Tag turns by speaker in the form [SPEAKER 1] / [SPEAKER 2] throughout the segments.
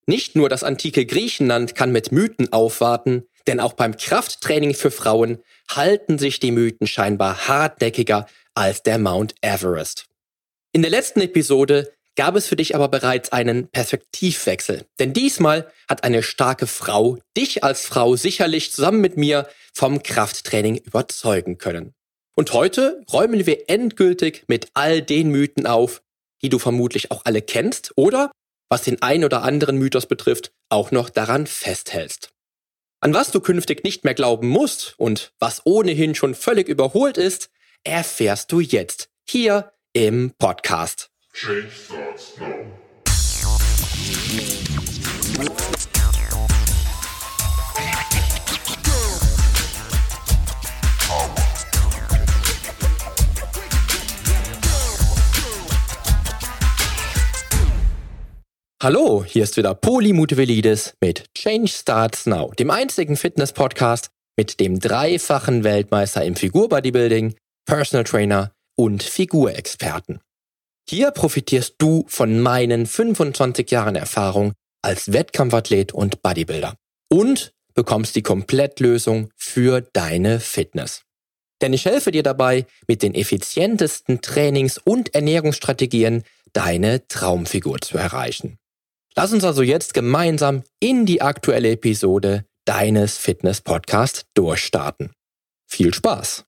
[SPEAKER 1] Nicht nur das antike Griechenland kann mit Mythen aufwarten, denn auch beim Krafttraining für Frauen halten sich die Mythen scheinbar hartnäckiger als der Mount Everest. In der letzten Episode gab es für dich aber bereits einen Perspektivwechsel, denn diesmal hat eine starke Frau dich als Frau sicherlich zusammen mit mir vom Krafttraining überzeugen können. Und heute räumen wir endgültig mit all den Mythen auf, die du vermutlich auch alle kennst oder, was den ein oder anderen Mythos betrifft, auch noch daran festhältst. An was du künftig nicht mehr glauben musst und was ohnehin schon völlig überholt ist, erfährst du jetzt hier im Podcast.
[SPEAKER 2] Change starts now.
[SPEAKER 1] Hallo, hier ist wieder Poli Mutevelidis mit Change Starts Now, dem einzigen Fitness-Podcast mit dem dreifachen Weltmeister im Figur-Bodybuilding, Personal Trainer und Figurexperten. Hier profitierst du von meinen 25 Jahren Erfahrung als Wettkampfathlet und Bodybuilder und bekommst die Komplettlösung für deine Fitness. Denn ich helfe dir dabei, mit den effizientesten Trainings- und Ernährungsstrategien deine Traumfigur zu erreichen. Lass uns also jetzt gemeinsam in die aktuelle Episode deines Fitness-Podcasts durchstarten. Viel Spaß!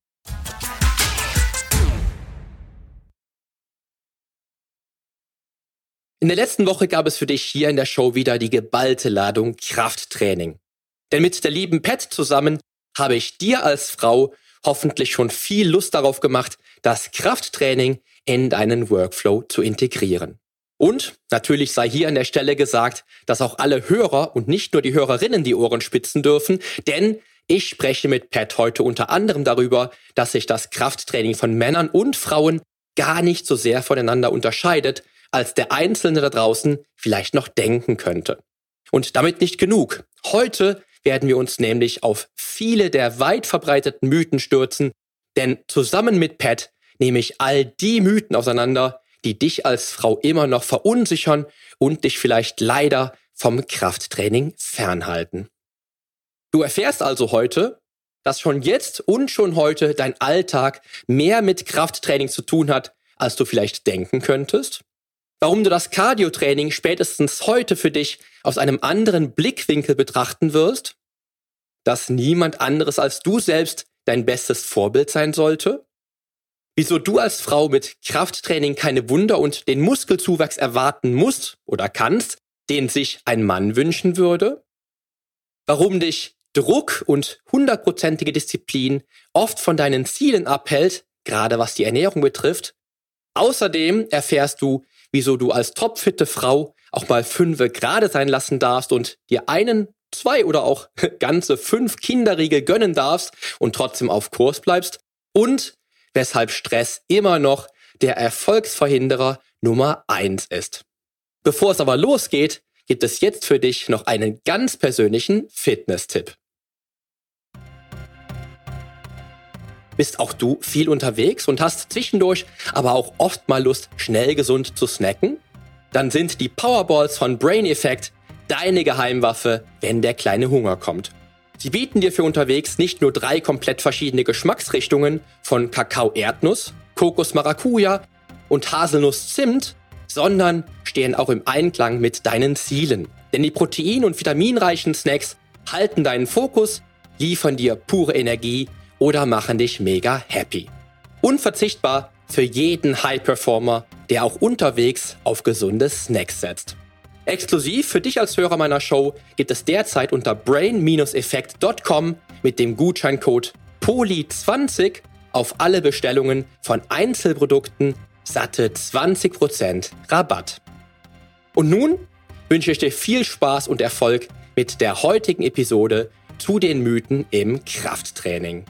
[SPEAKER 1] In der letzten Woche gab es für dich hier in der Show wieder die geballte Ladung Krafttraining. Denn mit der lieben Pat zusammen habe ich dir als Frau hoffentlich schon viel Lust darauf gemacht, das Krafttraining in deinen Workflow zu integrieren. Und natürlich sei hier an der Stelle gesagt, dass auch alle Hörer und nicht nur die Hörerinnen die Ohren spitzen dürfen, denn ich spreche mit Pat heute unter anderem darüber, dass sich das Krafttraining von Männern und Frauen gar nicht so sehr voneinander unterscheidet, als der Einzelne da draußen vielleicht noch denken könnte. Und damit nicht genug. Heute werden wir uns nämlich auf viele der weit verbreiteten Mythen stürzen, denn zusammen mit Pat nehme ich all die Mythen auseinander, die dich als Frau immer noch verunsichern und dich vielleicht leider vom Krafttraining fernhalten. Du erfährst also heute, dass schon jetzt und schon heute dein Alltag mehr mit Krafttraining zu tun hat, als du vielleicht denken könntest. Warum du das Cardio-Training spätestens heute für dich aus einem anderen Blickwinkel betrachten wirst. Dass niemand anderes als du selbst dein bestes Vorbild sein sollte. Wieso du als Frau mit Krafttraining keine Wunder und den Muskelzuwachs erwarten musst oder kannst, den sich ein Mann wünschen würde. Warum dich Druck und 100%ige Disziplin oft von deinen Zielen abhält, gerade was die Ernährung betrifft. Außerdem erfährst du, wieso du als topfitte Frau auch mal 5 gerade sein lassen darfst und dir 1, 2 oder auch ganze 5 Kinderriegel gönnen darfst und trotzdem auf Kurs bleibst und weshalb Stress immer noch der Erfolgsverhinderer Nummer 1 ist. Bevor es aber losgeht, gibt es jetzt für dich noch einen ganz persönlichen Fitness-Tipp. Bist auch du viel unterwegs und hast zwischendurch aber auch oft mal Lust, schnell gesund zu snacken? Dann sind die Powerballs von Brain Effect deine Geheimwaffe, wenn der kleine Hunger kommt. Sie bieten dir für unterwegs nicht nur 3 komplett verschiedene Geschmacksrichtungen von Kakao-Erdnuss, Kokos-Maracuja und Haselnuss-Zimt, sondern stehen auch im Einklang mit deinen Zielen. Denn die protein- und vitaminreichen Snacks halten deinen Fokus, liefern dir pure Energie oder machen dich mega happy. Unverzichtbar für jeden High-Performer, der auch unterwegs auf gesunde Snacks setzt. Exklusiv für dich als Hörer meiner Show gibt es derzeit unter brain-effekt.com mit dem Gutscheincode POLI20 auf alle Bestellungen von Einzelprodukten satte 20% Rabatt. Und nun wünsche ich dir viel Spaß und Erfolg mit der heutigen Episode zu den Mythen im Krafttraining.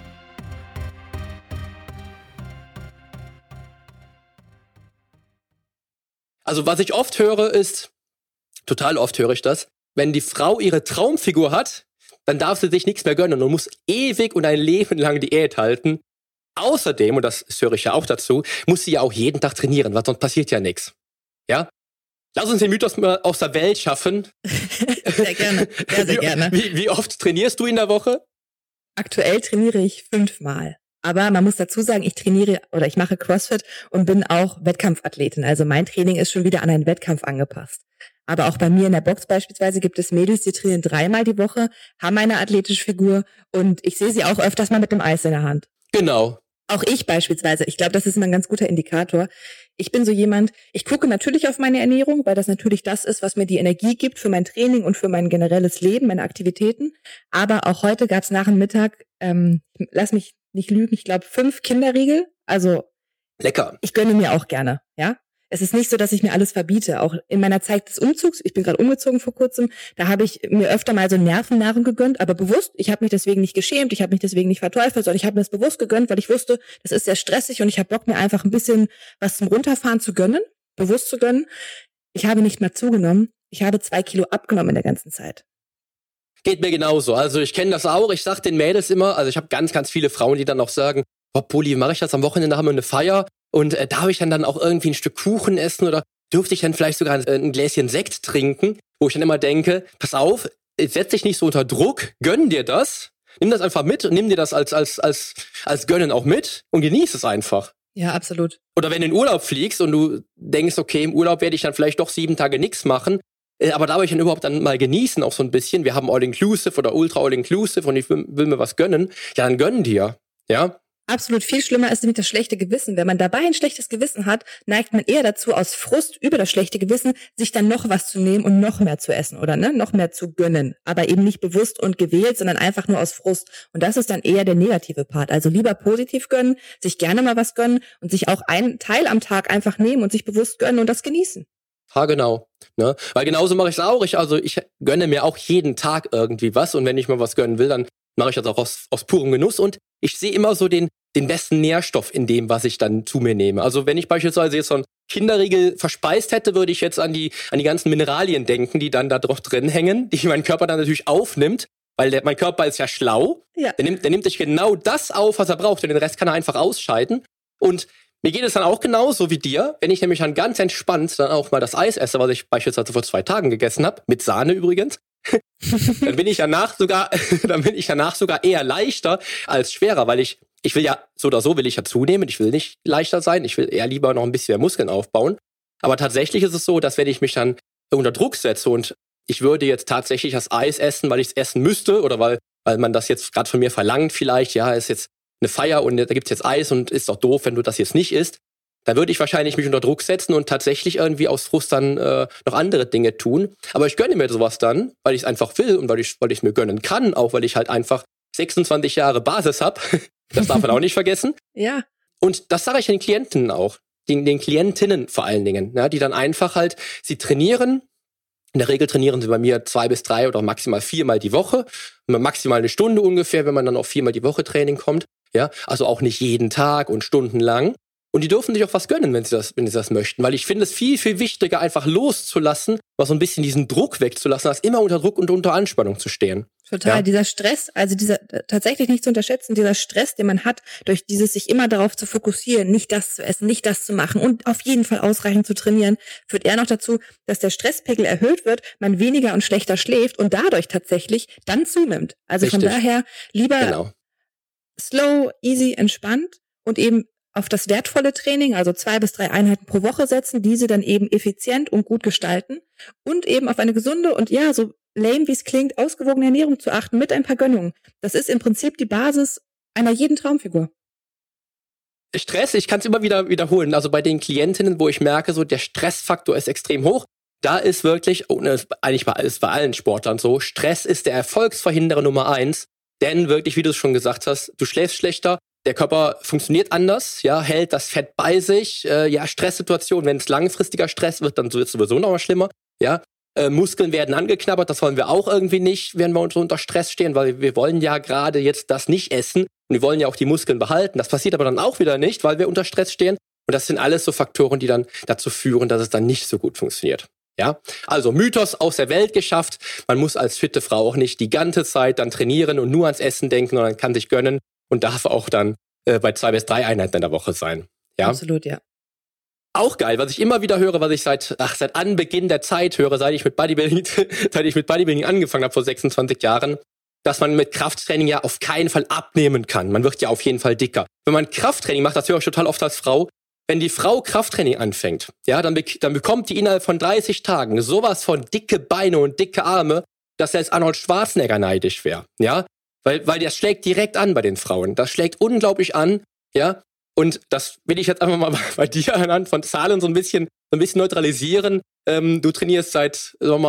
[SPEAKER 1] Also was ich oft höre ist, total oft höre ich das, wenn die Frau ihre Traumfigur hat, dann darf sie sich nichts mehr gönnen und muss ewig und ein Leben lang Diät halten. Außerdem, und das höre ich ja auch dazu, muss sie ja auch jeden Tag trainieren, weil sonst passiert ja nichts. Ja? Lass uns den Mythos mal aus der Welt schaffen.
[SPEAKER 3] Sehr gerne, sehr gerne.
[SPEAKER 1] Wie oft trainierst du in der Woche?
[SPEAKER 3] Aktuell trainiere ich 5-mal. Aber man muss dazu sagen, ich mache CrossFit und bin auch Wettkampfathletin. Also mein Training ist schon wieder an einen Wettkampf angepasst. Aber auch bei mir in der Box beispielsweise gibt es Mädels, die trainieren 3-mal die Woche, haben eine athletische Figur und ich sehe sie auch öfters mal mit dem Eis in der Hand.
[SPEAKER 1] Genau.
[SPEAKER 3] Auch ich beispielsweise. Ich glaube, das ist immer ein ganz guter Indikator. Ich bin so jemand, ich gucke natürlich auf meine Ernährung, weil das natürlich das ist, was mir die Energie gibt für mein Training und für mein generelles Leben, meine Aktivitäten. Aber auch heute gab es nach dem Mittag, lass mich nicht lügen, ich glaube 5 Kinderriegel. Also
[SPEAKER 1] lecker.
[SPEAKER 3] Ich gönne mir auch gerne, ja. Es ist nicht so, dass ich mir alles verbiete. Auch in meiner Zeit des Umzugs, ich bin gerade umgezogen vor kurzem, da habe ich mir öfter mal so Nervennahrung gegönnt, aber bewusst. Ich habe mich deswegen nicht geschämt, ich habe mich deswegen nicht verteufelt, sondern ich habe mir das bewusst gegönnt, weil ich wusste, das ist sehr stressig und ich habe Bock, mir einfach ein bisschen was zum Runterfahren zu gönnen, bewusst zu gönnen. Ich habe nicht mehr zugenommen. Ich habe 2 Kilo abgenommen in der ganzen Zeit.
[SPEAKER 1] Geht mir genauso. Also ich kenne das auch. Ich sag den Mädels immer, also ich habe ganz, ganz viele Frauen, die dann auch sagen, Poli, wie mache ich das? Am Wochenende haben wir eine Feier. Und darf ich dann auch irgendwie ein Stück Kuchen essen oder dürfte ich dann vielleicht sogar ein Gläschen Sekt trinken? Wo ich dann immer denke, pass auf, setz dich nicht so unter Druck, gönn dir das, nimm das einfach mit und nimm dir das als Gönnen auch mit und genieß es einfach.
[SPEAKER 3] Ja, absolut.
[SPEAKER 1] Oder wenn du in Urlaub fliegst und du denkst, okay, im Urlaub werde ich dann vielleicht doch 7 Tage nichts machen, aber darf ich dann überhaupt dann mal genießen auch so ein bisschen? Wir haben All-Inclusive oder Ultra All-Inclusive und ich will mir was gönnen. Ja, dann gönn dir, ja.
[SPEAKER 3] Absolut. Viel schlimmer ist nämlich das schlechte Gewissen. Wenn man dabei ein schlechtes Gewissen hat, neigt man eher dazu, aus Frust über das schlechte Gewissen, sich dann noch was zu nehmen und noch mehr zu essen oder noch mehr zu gönnen. Aber eben nicht bewusst und gewählt, sondern einfach nur aus Frust. Und das ist dann eher der negative Part. Also lieber positiv gönnen, sich gerne mal was gönnen und sich auch einen Teil am Tag einfach nehmen und sich bewusst gönnen und das genießen.
[SPEAKER 1] Ja, genau. Ne? Weil genauso mache ich es auch. Ich gönne mir auch jeden Tag irgendwie was und wenn ich mal was gönnen will, dann mache ich das auch aus purem Genuss und ich sehe immer so den besten Nährstoff in dem, was ich dann zu mir nehme. Also wenn ich beispielsweise jetzt so einen Kinderriegel verspeist hätte, würde ich jetzt an die ganzen Mineralien denken, die dann da drauf drin hängen, die mein Körper dann natürlich aufnimmt, weil mein Körper ist ja schlau. Ja. Der nimmt sich genau das auf, was er braucht und den Rest kann er einfach ausscheiden. Und mir geht es dann auch genauso wie dir, wenn ich nämlich dann ganz entspannt dann auch mal das Eis esse, was ich beispielsweise vor 2 Tagen gegessen habe, mit Sahne übrigens, dann bin ich danach sogar eher leichter als schwerer, weil ich will ja so oder so will ich ja zunehmen, ich will nicht leichter sein, ich will eher lieber noch ein bisschen mehr Muskeln aufbauen. Aber tatsächlich ist es so, dass wenn ich mich dann unter Druck setze und ich würde jetzt tatsächlich das Eis essen, weil ich es essen müsste oder weil man das jetzt gerade von mir verlangt vielleicht, ja, ist jetzt eine Feier und da gibt's jetzt Eis und ist doch doof, wenn du das jetzt nicht isst, dann würde ich wahrscheinlich mich unter Druck setzen und tatsächlich irgendwie aus Frust dann noch andere Dinge tun. Aber ich gönne mir sowas dann, weil ich es einfach will und weil ich mir gönnen kann, auch weil ich halt einfach 26 Jahre Basis habe. Das darf man auch nicht vergessen.
[SPEAKER 3] Ja.
[SPEAKER 1] Und das sage ich den Klienten auch, den Klientinnen vor allen Dingen, ja, die dann einfach halt, sie trainieren. In der Regel trainieren sie bei mir 2 bis 3 oder maximal 4-mal die Woche. Maximal 1 Stunde ungefähr, wenn man dann auf 4-mal die Woche Training kommt. Ja, also auch nicht jeden Tag und stundenlang. Und die dürfen sich auch was gönnen, wenn sie das möchten. Weil ich finde es viel, viel wichtiger, einfach loszulassen, mal so ein bisschen diesen Druck wegzulassen, als immer unter Druck und unter Anspannung zu stehen.
[SPEAKER 3] Total, ja. Dieser Stress, also dieser tatsächlich nicht zu unterschätzen, dieser Stress, den man hat, durch dieses sich immer darauf zu fokussieren, nicht das zu essen, nicht das zu machen und auf jeden Fall ausreichend zu trainieren, führt eher noch dazu, dass der Stresspegel erhöht wird, man weniger und schlechter schläft und dadurch tatsächlich dann zunimmt. Also richtig. Von daher lieber slow, easy, entspannt und eben auf das wertvolle Training, also 2 bis 3 Einheiten pro Woche setzen, diese dann eben effizient und gut gestalten und eben auf eine gesunde und ja, so lame wie es klingt, ausgewogene Ernährung zu achten mit ein paar Gönnungen. Das ist im Prinzip die Basis einer jeden Traumfigur.
[SPEAKER 1] Stress, ich kann es immer wieder wiederholen, also bei den Klientinnen, wo ich merke, so der Stressfaktor ist extrem hoch, da ist wirklich, eigentlich ist bei allen Sportlern so, Stress ist der Erfolgsverhinderer Nummer 1, denn wirklich, wie du es schon gesagt hast, du schläfst schlechter, der Körper funktioniert anders, ja, hält das Fett bei sich, Stresssituation, wenn es langfristiger Stress wird, dann wird es sowieso noch mal schlimmer, ja. Muskeln werden angeknabbert, das wollen wir auch irgendwie nicht, wenn wir unter Stress stehen, weil wir wollen ja gerade jetzt das nicht essen und wir wollen ja auch die Muskeln behalten. Das passiert aber dann auch wieder nicht, weil wir unter Stress stehen. Und das sind alles so Faktoren, die dann dazu führen, dass es dann nicht so gut funktioniert. Ja, also Mythos aus der Welt geschafft. Man muss als fitte Frau auch nicht die ganze Zeit dann trainieren und nur ans Essen denken, sondern kann sich gönnen und darf auch dann bei 2 bis 3 Einheiten in der Woche sein. Ja?
[SPEAKER 3] Absolut, ja.
[SPEAKER 1] auch geil, was ich immer wieder höre, was ich seit Anbeginn der Zeit höre, seit ich mit Bodybuilding angefangen habe vor 26 Jahren, dass man mit Krafttraining ja auf keinen Fall abnehmen kann. Man wird ja auf jeden Fall dicker. Wenn man Krafttraining macht, das höre ich total oft als Frau, wenn die Frau Krafttraining anfängt, ja, dann bekommt die innerhalb von 30 Tagen sowas von dicke Beine und dicke Arme, dass selbst Arnold Schwarzenegger neidisch wäre, ja. Weil das schlägt direkt an bei den Frauen. Das schlägt unglaublich an, ja. Und das will ich jetzt einfach mal bei dir anhand von Zahlen so ein bisschen neutralisieren. Du trainierst seit du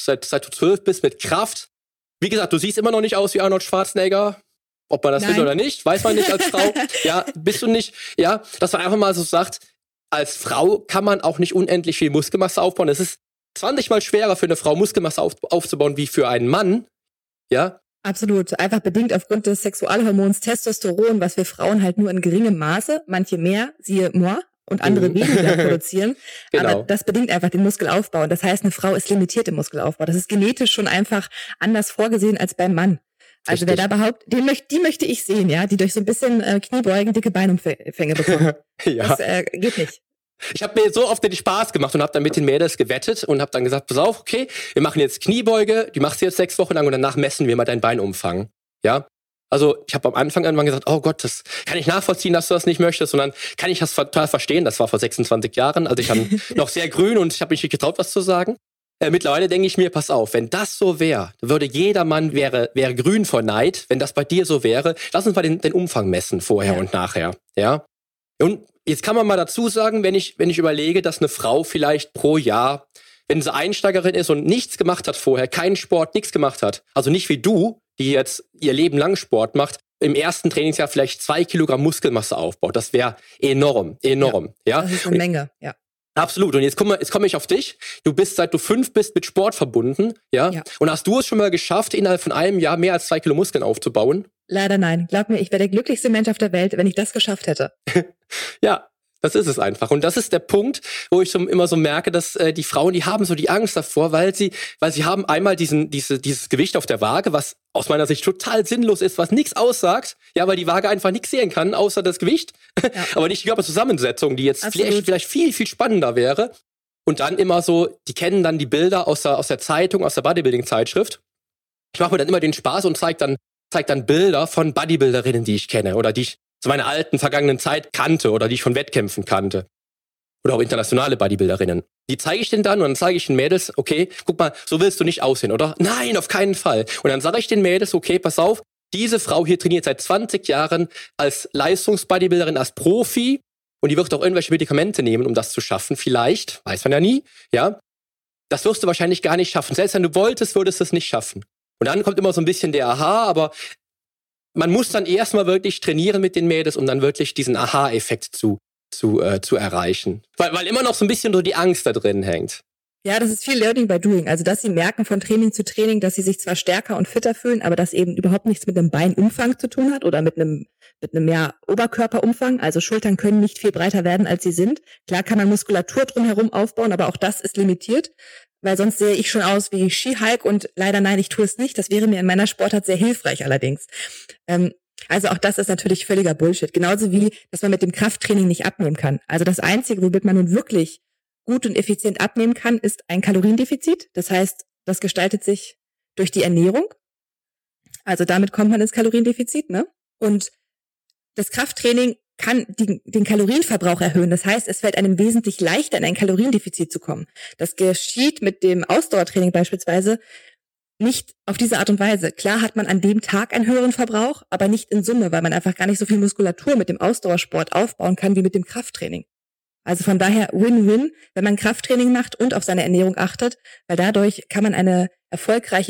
[SPEAKER 1] 12 bist mit Kraft. Wie gesagt, du siehst immer noch nicht aus wie Arnold Schwarzenegger. Ob man das will oder nicht, weiß man nicht als Frau. Ja, bist du nicht. Ja, dass man einfach mal so sagt, als Frau kann man auch nicht unendlich viel Muskelmasse aufbauen. Es ist 20 Mal schwerer für eine Frau, Muskelmasse aufzubauen, wie für einen Mann. Ja.
[SPEAKER 3] Absolut. Einfach bedingt aufgrund des Sexualhormons Testosteron, was wir Frauen halt nur in geringem Maße, manche mehr, siehe moi, und andere weniger produzieren. Genau. Aber das bedingt einfach den Muskelaufbau. Und das heißt, eine Frau ist limitiert im Muskelaufbau. Das ist genetisch schon einfach anders vorgesehen als beim Mann. Also richtig. Wer da behauptet, die möchte ich sehen, ja, die durch so ein bisschen Kniebeugen dicke Beinumfänge bekommen. Ja. Das geht nicht.
[SPEAKER 1] Ich habe mir so oft den Spaß gemacht und habe dann mit den Mädels gewettet und habe dann gesagt, pass auf, okay, wir machen jetzt Kniebeuge, die machst du jetzt 6 Wochen lang und danach messen wir mal deinen Beinumfang. Ja, also ich habe am Anfang irgendwann gesagt, oh Gott, das kann ich nachvollziehen, dass du das nicht möchtest, und dann kann ich das total verstehen. Das war vor 26 Jahren, also ich war noch sehr grün und ich habe mich nicht getraut, was zu sagen. Mittlerweile denke ich mir, pass auf, wenn das so wäre, würde jeder Mann wäre grün vor Neid, wenn das bei dir so wäre. Lass uns mal den Umfang messen, vorher und nachher. Ja. Und jetzt kann man mal dazu sagen, wenn ich überlege, dass eine Frau vielleicht pro Jahr, wenn sie Einsteigerin ist und nichts gemacht hat vorher, keinen Sport, nichts gemacht hat, also nicht wie du, die jetzt ihr Leben lang Sport macht, im ersten Trainingsjahr vielleicht 2 Kilogramm Muskelmasse aufbaut. Das wäre enorm. Ja.
[SPEAKER 3] Das ist eine Menge, ja.
[SPEAKER 1] Absolut. Und jetzt komme ich auf dich. Du bist, seit du 5 bist, mit Sport verbunden, ja? Und hast du es schon mal geschafft, innerhalb von einem Jahr mehr als 2 Kilo Muskeln aufzubauen?
[SPEAKER 3] Leider nein. Glaub mir, ich wäre der glücklichste Mensch auf der Welt, wenn ich das geschafft hätte.
[SPEAKER 1] Ja, das ist es einfach. Und das ist der Punkt, wo ich immer so merke, dass die Frauen, die haben so die Angst davor, weil sie haben einmal dieses Gewicht auf der Waage, was aus meiner Sicht total sinnlos ist, was nichts aussagt, ja, weil die Waage einfach nichts sehen kann, außer das Gewicht, aber nicht die Körperzusammensetzung, die jetzt vielleicht viel, viel spannender wäre. Und dann immer so, die kennen dann die Bilder aus der Zeitung, aus der Bodybuilding-Zeitschrift. Ich mache mir dann immer den Spaß und zeig dann Bilder von Bodybuilderinnen, die ich kenne oder die ich zu meiner alten, vergangenen Zeit kannte oder die ich von Wettkämpfen kannte. Oder auch internationale Bodybuilderinnen. Die zeige ich denen dann und dann zeige ich den Mädels, okay, guck mal, so willst du nicht aussehen, oder? Nein, auf keinen Fall. Und dann sage ich den Mädels, okay, pass auf, diese Frau hier trainiert seit 20 Jahren als Leistungsbodybuilderin, als Profi, und die wird auch irgendwelche Medikamente nehmen, um das zu schaffen. Vielleicht, weiß man ja nie, ja. Das wirst du wahrscheinlich gar nicht schaffen. Selbst wenn du wolltest, würdest du es nicht schaffen. Und dann kommt immer so ein bisschen der Aha, aber man muss dann erstmal wirklich trainieren mit den Mädels, um dann wirklich diesen Aha-Effekt zu erreichen. Weil immer noch so ein bisschen so die Angst da drin hängt.
[SPEAKER 3] Ja, das ist viel Learning by Doing. Also, dass sie merken von Training zu Training, dass sie sich zwar stärker und fitter fühlen, aber das eben überhaupt nichts mit einem Beinumfang zu tun hat oder mit einem mehr Oberkörperumfang. Also Schultern können nicht viel breiter werden, als sie sind. Klar kann man Muskulatur drumherum aufbauen, aber auch das ist limitiert. Weil sonst sehe ich schon aus wie She-Hulk und leider nein, ich tue es nicht. Das wäre mir in meiner Sportart sehr hilfreich allerdings. Also auch das ist natürlich völliger Bullshit. Genauso wie, dass man mit dem Krafttraining nicht abnehmen kann. Also das Einzige, womit man nun wirklich gut und effizient abnehmen kann, ist ein Kaloriendefizit. Das heißt, das gestaltet sich durch die Ernährung. Also damit kommt man ins Kaloriendefizit, ne? Und das Krafttraining kann den Kalorienverbrauch erhöhen. Das heißt, es fällt einem wesentlich leichter, in ein Kaloriendefizit zu kommen. Das geschieht mit dem Ausdauertraining beispielsweise nicht auf diese Art und Weise. Klar hat man an dem Tag einen höheren Verbrauch, aber nicht in Summe, weil man einfach gar nicht so viel Muskulatur mit dem Ausdauersport aufbauen kann wie mit dem Krafttraining. Also von daher Win-Win, wenn man Krafttraining macht und auf seine Ernährung achtet, weil dadurch kann man eine erfolgreiche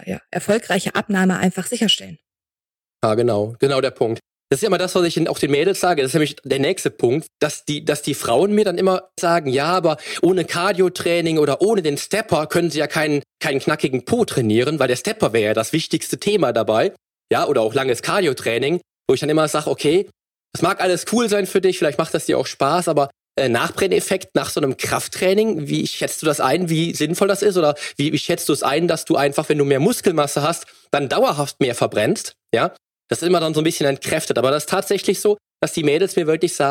[SPEAKER 3] Abnahme einfach sicherstellen.
[SPEAKER 1] Ja, genau der Punkt. Das ist ja immer das, was ich auch den Mädels sage. Das ist nämlich der nächste Punkt, dass die Frauen mir dann immer sagen, ja, aber ohne Cardio-Training oder ohne den Stepper können sie ja keinen knackigen Po trainieren, weil der Stepper wäre ja das wichtigste Thema dabei. Ja, oder auch langes Cardio-Training, wo ich dann immer sage, okay, das mag alles cool sein für dich, vielleicht macht das dir auch Spaß, aber Nachbrenneffekt nach so einem Krafttraining, wie schätzt du das ein, wie sinnvoll das ist? Oder wie schätzt du es ein, dass du einfach, wenn du mehr Muskelmasse hast, dann dauerhaft mehr verbrennst? Ja, das ist immer dann so ein bisschen entkräftet. Aber das ist tatsächlich so, dass die Mädels mir wirklich sagen,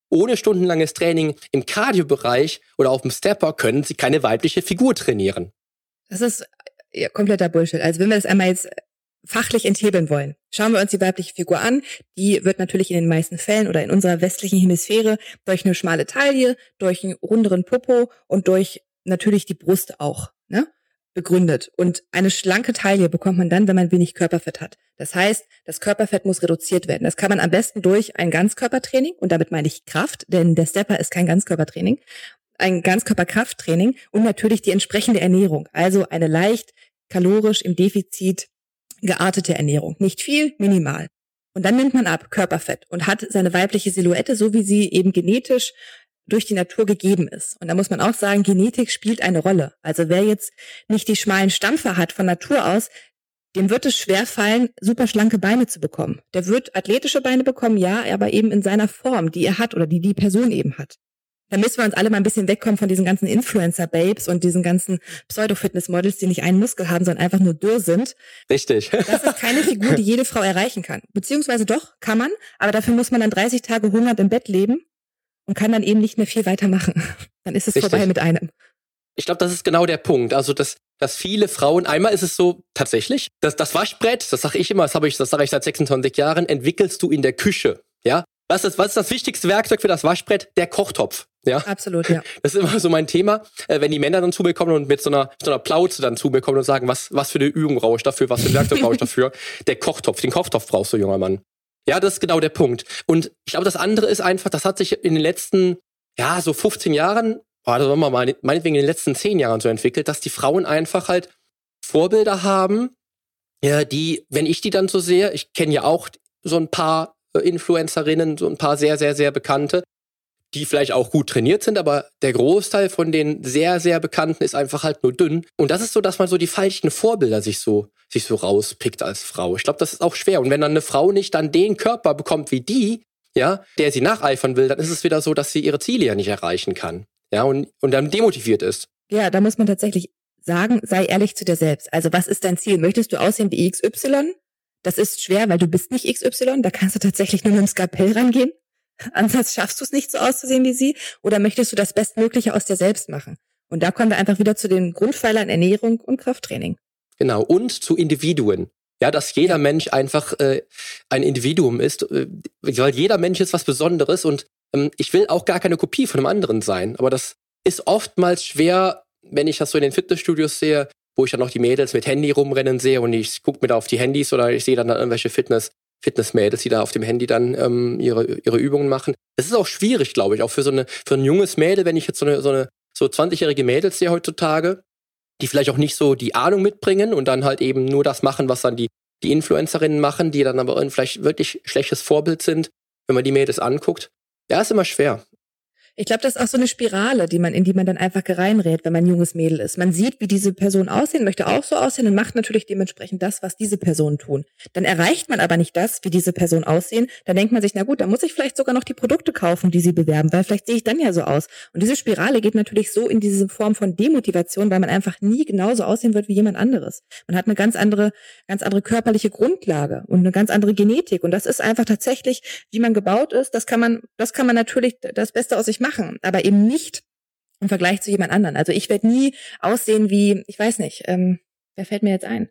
[SPEAKER 1] ohne stundenlanges Training im Cardio-Bereich oder auf dem Stepper können sie keine weibliche Figur trainieren.
[SPEAKER 3] Das ist ja kompletter Bullshit. Also wenn wir das einmal jetzt fachlich enthebeln wollen, schauen wir uns die weibliche Figur an. Die wird natürlich in den meisten Fällen oder in unserer westlichen Hemisphäre durch eine schmale Taille, durch einen runderen Popo und durch natürlich die Brust auch, ne, begründet. Und eine schlanke Taille bekommt man dann, wenn man wenig Körperfett hat. Das heißt, das Körperfett muss reduziert werden. Das kann man am besten durch ein Ganzkörpertraining, und damit meine ich Kraft, denn der Stepper ist kein Ganzkörpertraining, ein Ganzkörperkrafttraining und natürlich die entsprechende Ernährung. Also eine leicht kalorisch im Defizit geartete Ernährung. Nicht viel, minimal. Und dann nimmt man ab Körperfett und hat seine weibliche Silhouette, so wie sie eben genetisch durch die Natur gegeben ist. Und da muss man auch sagen, Genetik spielt eine Rolle. Also wer jetzt nicht die schmalen Stampfer hat von Natur aus, dem wird es schwerfallen, super schlanke Beine zu bekommen. Der wird athletische Beine bekommen, ja, aber eben in seiner Form, die er hat oder die Person eben hat. Da müssen wir uns alle mal ein bisschen wegkommen von diesen ganzen Influencer-Babes und diesen ganzen Pseudo-Fitness-Models, die nicht einen Muskel haben, sondern einfach nur dürr sind.
[SPEAKER 1] Richtig.
[SPEAKER 3] Das ist keine Figur, die jede Frau erreichen kann. Beziehungsweise doch, kann man, aber dafür muss man dann 30 Tage hungernd im Bett leben und kann dann eben nicht mehr viel weitermachen. Dann ist es
[SPEAKER 1] Richtig.
[SPEAKER 3] vorbei mit einem.
[SPEAKER 1] Ich glaube, das ist genau der Punkt. Also, dass viele Frauen, einmal ist es so, tatsächlich, das Waschbrett, das sage ich immer, das sage ich seit 26 Jahren, entwickelst du in der Küche, ja. Was ist das wichtigste Werkzeug für das Waschbrett? Der Kochtopf. Ja?
[SPEAKER 3] Absolut, ja.
[SPEAKER 1] Das ist immer so mein Thema, wenn die Männer dann zu mir kommen und mit so einer Plauze dann zu mir kommen und sagen, was für eine Übung brauche ich dafür, was für ein Werkzeug brauche ich dafür? Der Kochtopf, den Kochtopf brauchst du, junger Mann. Ja, das ist genau der Punkt. Und ich glaube, das andere ist einfach, das hat sich in den letzten, ja, so 15 Jahren, also meinetwegen in den letzten 10 Jahren so entwickelt, dass die Frauen einfach halt Vorbilder haben, ja, die, wenn ich die dann so sehe, ich kenne ja auch so ein paar Influencerinnen, so ein paar sehr, sehr, sehr bekannte, die vielleicht auch gut trainiert sind, aber der Großteil von den sehr, sehr Bekannten ist einfach halt nur dünn. Und das ist so, dass man so die falschen Vorbilder sich so rauspickt als Frau. Ich glaube, das ist auch schwer. Und wenn dann eine Frau nicht dann den Körper bekommt wie die, ja, der sie nacheifern will, dann ist es wieder so, dass sie ihre Ziele ja nicht erreichen kann. Ja, und dann demotiviert ist.
[SPEAKER 3] Ja, da muss man tatsächlich sagen, sei ehrlich zu dir selbst. Also was ist dein Ziel? Möchtest du aussehen wie XY? Das ist schwer, weil du bist nicht XY. Da kannst du tatsächlich nur mit dem Skalpell rangehen. Ansonsten schaffst du es nicht so auszusehen wie sie. Oder möchtest du das Bestmögliche aus dir selbst machen? Und da kommen wir einfach wieder zu den Grundpfeilern Ernährung und Krafttraining.
[SPEAKER 1] Genau, und zu Individuen. Ja, dass jeder Mensch einfach ein Individuum ist, weil jeder Mensch ist was Besonderes und ich will auch gar keine Kopie von einem anderen sein. Aber das ist oftmals schwer, wenn ich das so in den Fitnessstudios sehe, wo ich dann noch die Mädels mit Handy rumrennen sehe und ich gucke mir da auf die Handys oder ich sehe dann da irgendwelche Fitnessmädels, die da auf dem Handy dann ihre Übungen machen. Das ist auch schwierig, glaube ich, auch für ein junges Mädel, wenn ich jetzt so 20-jährige Mädels sehe heutzutage, die vielleicht auch nicht so die Ahnung mitbringen und dann halt eben nur das machen, was dann die Influencerinnen machen, die dann aber vielleicht wirklich schlechtes Vorbild sind, wenn man die Mädels anguckt. Ja, ist immer schwer.
[SPEAKER 3] Ich glaube, das ist auch so eine Spirale, in die man dann einfach reinrät, wenn man ein junges Mädel ist. Man sieht, wie diese Person aussehen, möchte auch so aussehen und macht natürlich dementsprechend das, was diese Personen tun. Dann erreicht man aber nicht das, wie diese Personen aussehen. Dann denkt man sich, na gut, dann muss ich vielleicht sogar noch die Produkte kaufen, die sie bewerben, weil vielleicht sehe ich dann ja so aus. Und diese Spirale geht natürlich so in diese Form von Demotivation, weil man einfach nie genauso aussehen wird wie jemand anderes. Man hat eine ganz andere körperliche Grundlage und eine ganz andere Genetik. Und das ist einfach tatsächlich, wie man gebaut ist. Das kann man natürlich das Beste aus sich machen, aber eben nicht im Vergleich zu jemand anderen. Also ich werde nie aussehen wie, ich weiß nicht, wer fällt mir jetzt ein?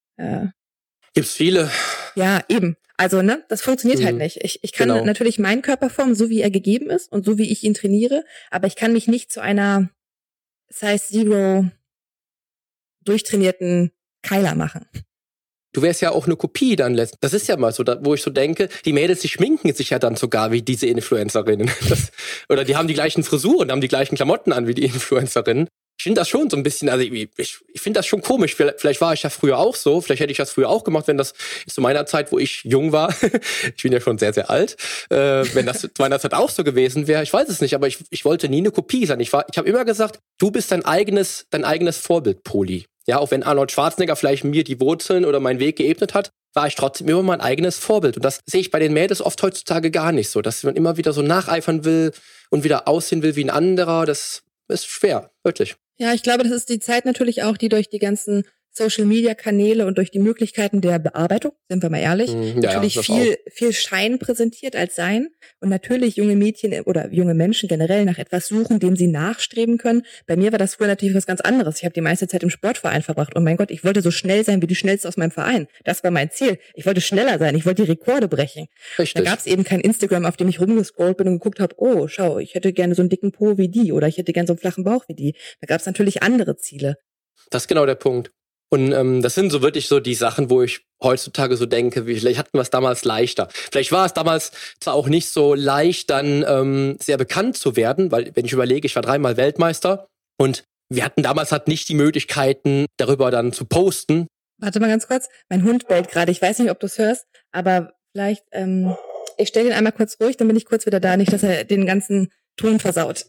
[SPEAKER 1] Gibt's viele.
[SPEAKER 3] Ja, eben. Also, ne, das funktioniert halt nicht. Ich kann natürlich meinen Körper formen, so wie er gegeben ist und so wie ich ihn trainiere, aber ich kann mich nicht zu einer Size Zero durchtrainierten Keiler machen.
[SPEAKER 1] Du wärst ja auch eine Kopie dann letztendlich. Das ist ja mal so, wo ich so denke, die Mädels, die schminken sich ja dann sogar wie diese Influencerinnen. Oder die haben die gleichen Frisuren, haben die gleichen Klamotten an wie die Influencerinnen. Ich finde das schon so ein bisschen, also ich finde das schon komisch. Vielleicht war ich ja früher auch so, vielleicht hätte ich das früher auch gemacht, wenn das zu meiner Zeit, wo ich jung war, ich bin ja schon sehr, sehr alt, wenn das zu meiner Zeit auch so gewesen wäre, ich weiß es nicht, aber ich wollte nie eine Kopie sein. Ich habe immer gesagt, du bist dein eigenes Vorbild, Poli. Ja, auch wenn Arnold Schwarzenegger vielleicht mir die Wurzeln oder meinen Weg geebnet hat, war ich trotzdem immer mein eigenes Vorbild. Und das sehe ich bei den Mädels oft heutzutage gar nicht so, dass man immer wieder so nacheifern will und wieder aussehen will wie ein anderer. Das ist schwer, wirklich.
[SPEAKER 3] Ja, ich glaube, das ist die Zeit natürlich auch, die durch die ganzen Social-Media-Kanäle und durch die Möglichkeiten der Bearbeitung, sind wir mal ehrlich, natürlich
[SPEAKER 1] das
[SPEAKER 3] viel Schein präsentiert als Sein und natürlich junge Mädchen oder junge Menschen generell nach etwas suchen, dem sie nachstreben können. Bei mir war das früher natürlich was ganz anderes. Ich habe die meiste Zeit im Sportverein verbracht und mein Gott, ich wollte so schnell sein wie die Schnellste aus meinem Verein. Das war mein Ziel. Ich wollte schneller sein, ich wollte die Rekorde brechen.
[SPEAKER 1] Richtig.
[SPEAKER 3] Da gab es eben kein Instagram, auf dem ich rumgescrollt bin und geguckt habe, oh, schau, ich hätte gerne so einen dicken Po wie die oder ich hätte gerne so einen flachen Bauch wie die. Da gab es natürlich andere Ziele.
[SPEAKER 1] Das ist genau der Punkt. Und das sind so wirklich so die Sachen, wo ich heutzutage so denke, vielleicht hatten wir es damals leichter. Vielleicht war es damals zwar auch nicht so leicht, dann sehr bekannt zu werden, weil wenn ich überlege, ich war 3-mal Weltmeister und wir hatten damals halt nicht die Möglichkeiten, darüber dann zu posten.
[SPEAKER 3] Warte mal ganz kurz, mein Hund bellt gerade. Ich weiß nicht, ob du es hörst, aber vielleicht, ich stelle den einmal kurz ruhig, dann bin ich kurz wieder da, nicht, dass er den ganzen Ton versaut.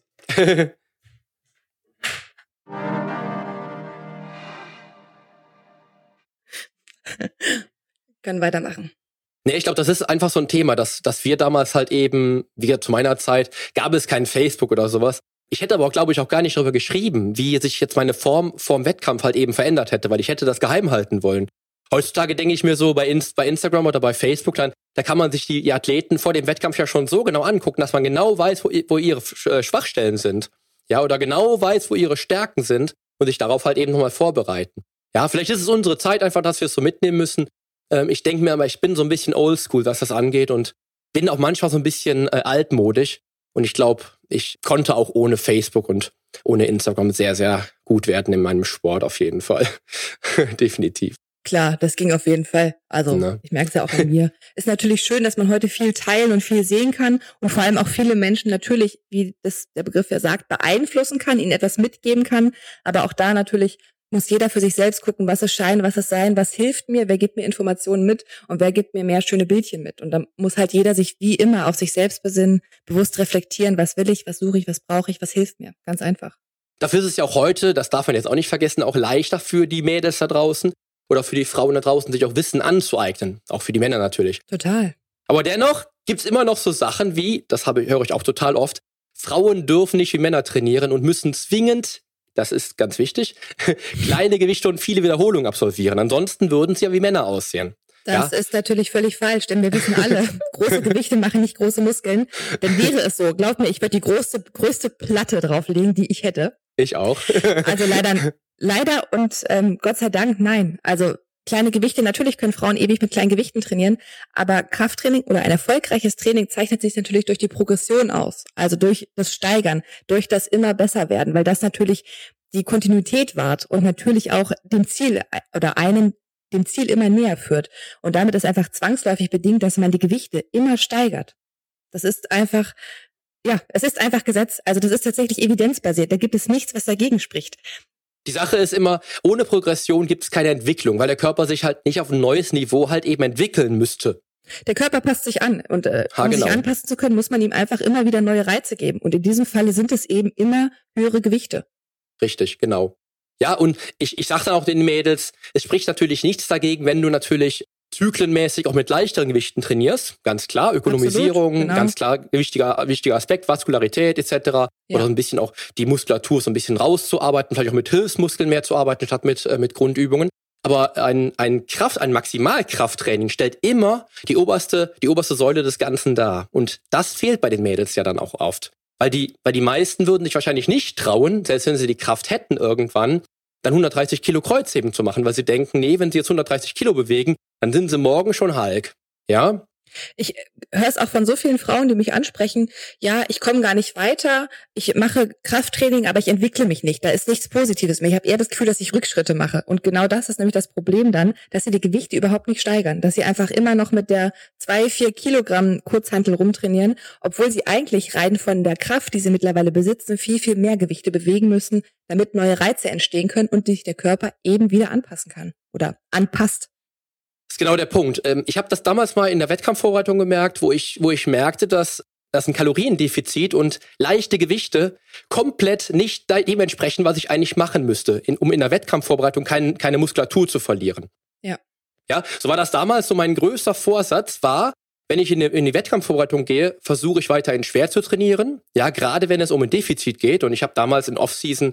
[SPEAKER 3] Können weitermachen.
[SPEAKER 1] Nee, ich glaube, das ist einfach so ein Thema, dass wir damals halt eben, wie zu meiner Zeit, gab es kein Facebook oder sowas. Ich hätte aber auch, glaube ich, auch gar nicht darüber geschrieben, wie sich jetzt meine Form vorm Wettkampf halt eben verändert hätte, weil ich hätte das geheim halten wollen. Heutzutage denke ich mir so, bei Instagram oder bei Facebook, da kann man sich die Athleten vor dem Wettkampf ja schon so genau angucken, dass man genau weiß, wo ihre Schwachstellen sind. Ja, oder genau weiß, wo ihre Stärken sind und sich darauf halt eben nochmal vorbereiten. Ja, vielleicht ist es unsere Zeit einfach, dass wir es so mitnehmen müssen. Ich denke mir aber, ich bin so ein bisschen oldschool, was das angeht und bin auch manchmal so ein bisschen altmodisch. Und ich glaube, ich konnte auch ohne Facebook und ohne Instagram sehr, sehr gut werden in meinem Sport auf jeden Fall. Definitiv.
[SPEAKER 3] Klar, das ging auf jeden Fall. Also, Ich merke es ja auch an mir. Ist natürlich schön, dass man heute viel teilen und viel sehen kann und vor allem auch viele Menschen natürlich, wie das der Begriff ja sagt, beeinflussen kann, ihnen etwas mitgeben kann. Aber auch da natürlich muss jeder für sich selbst gucken, was ist Schein, was ist Sein, was hilft mir, wer gibt mir Informationen mit und wer gibt mir mehr schöne Bildchen mit. Und dann muss halt jeder sich wie immer auf sich selbst besinnen, bewusst reflektieren, was will ich, was suche ich, was brauche ich, was hilft mir. Ganz einfach.
[SPEAKER 1] Dafür ist es ja auch heute, das darf man jetzt auch nicht vergessen, auch leichter für die Mädels da draußen oder für die Frauen da draußen, sich auch Wissen anzueignen. Auch für die Männer natürlich.
[SPEAKER 3] Total.
[SPEAKER 1] Aber dennoch gibt's immer noch so Sachen wie, höre ich auch total oft, Frauen dürfen nicht wie Männer trainieren und müssen zwingend, das ist ganz wichtig, kleine Gewichte und viele Wiederholungen absolvieren. Ansonsten würden sie ja wie Männer aussehen.
[SPEAKER 3] Das ist natürlich völlig falsch, denn wir wissen alle, große Gewichte machen nicht große Muskeln. Denn wäre es so, glaub mir, ich würde die größte Platte drauflegen, die ich hätte.
[SPEAKER 1] Ich auch.
[SPEAKER 3] Also leider und Gott sei Dank nein. Also kleine Gewichte, natürlich können Frauen ewig mit kleinen Gewichten trainieren, aber Krafttraining oder ein erfolgreiches Training zeichnet sich natürlich durch die Progression aus. Also durch das Steigern, durch das immer besser werden, weil das natürlich die Kontinuität wahrt und natürlich auch dem Ziel oder dem Ziel immer näher führt. Und damit ist einfach zwangsläufig bedingt, dass man die Gewichte immer steigert. Das ist einfach, es ist einfach Gesetz. Also das ist tatsächlich evidenzbasiert. Da gibt es nichts, was dagegen spricht.
[SPEAKER 1] Die Sache ist immer, ohne Progression gibt es keine Entwicklung, weil der Körper sich halt nicht auf ein neues Niveau halt eben entwickeln müsste.
[SPEAKER 3] Der Körper passt sich an und um sich anpassen zu können, muss man ihm einfach immer wieder neue Reize geben. Und in diesem Falle sind es eben immer höhere Gewichte.
[SPEAKER 1] Richtig, genau. Ja, und ich sag dann auch den Mädels, es spricht natürlich nichts dagegen, wenn du natürlich zyklenmäßig auch mit leichteren Gewichten trainierst. Ganz klar, Ökonomisierung,
[SPEAKER 3] absolut, genau.
[SPEAKER 1] Ganz klar, wichtiger Aspekt, Vaskularität etc. Ja. Oder so ein bisschen auch die Muskulatur so ein bisschen rauszuarbeiten, vielleicht auch mit Hilfsmuskeln mehr zu arbeiten, statt mit Grundübungen. Aber ein Maximalkrafttraining stellt immer die oberste Säule des Ganzen dar. Und das fehlt bei den Mädels ja dann auch oft. Weil die meisten würden sich wahrscheinlich nicht trauen, selbst wenn sie die Kraft hätten irgendwann, dann 130 Kilo Kreuzheben zu machen, weil sie denken, nee, wenn sie jetzt 130 Kilo bewegen, dann sind sie morgen schon Hulk. Ja?
[SPEAKER 3] Ich höre es auch von so vielen Frauen, die mich ansprechen, ja, ich komme gar nicht weiter, ich mache Krafttraining, aber ich entwickle mich nicht. Da ist nichts Positives mehr. Ich habe eher das Gefühl, dass ich Rückschritte mache. Und genau das ist nämlich das Problem dann, dass sie die Gewichte überhaupt nicht steigern. Dass sie einfach immer noch mit der 2-4 Kilogramm Kurzhantel rumtrainieren, obwohl sie eigentlich rein von der Kraft, die sie mittlerweile besitzen, viel, viel mehr Gewichte bewegen müssen, damit neue Reize entstehen können und sich der Körper eben wieder anpassen kann oder anpasst.
[SPEAKER 1] Das ist genau der Punkt. Ich habe das damals mal in der Wettkampfvorbereitung gemerkt, wo ich merkte, dass ein Kaloriendefizit und leichte Gewichte komplett nicht dem entsprechen, was ich eigentlich machen müsste, um in der Wettkampfvorbereitung keine Muskulatur zu verlieren.
[SPEAKER 3] Ja.
[SPEAKER 1] Ja, so war das damals so mein größter Vorsatz war, wenn ich in die Wettkampfvorbereitung gehe, versuche ich weiterhin schwer zu trainieren. Ja, gerade wenn es um ein Defizit geht. Und ich habe damals in Offseason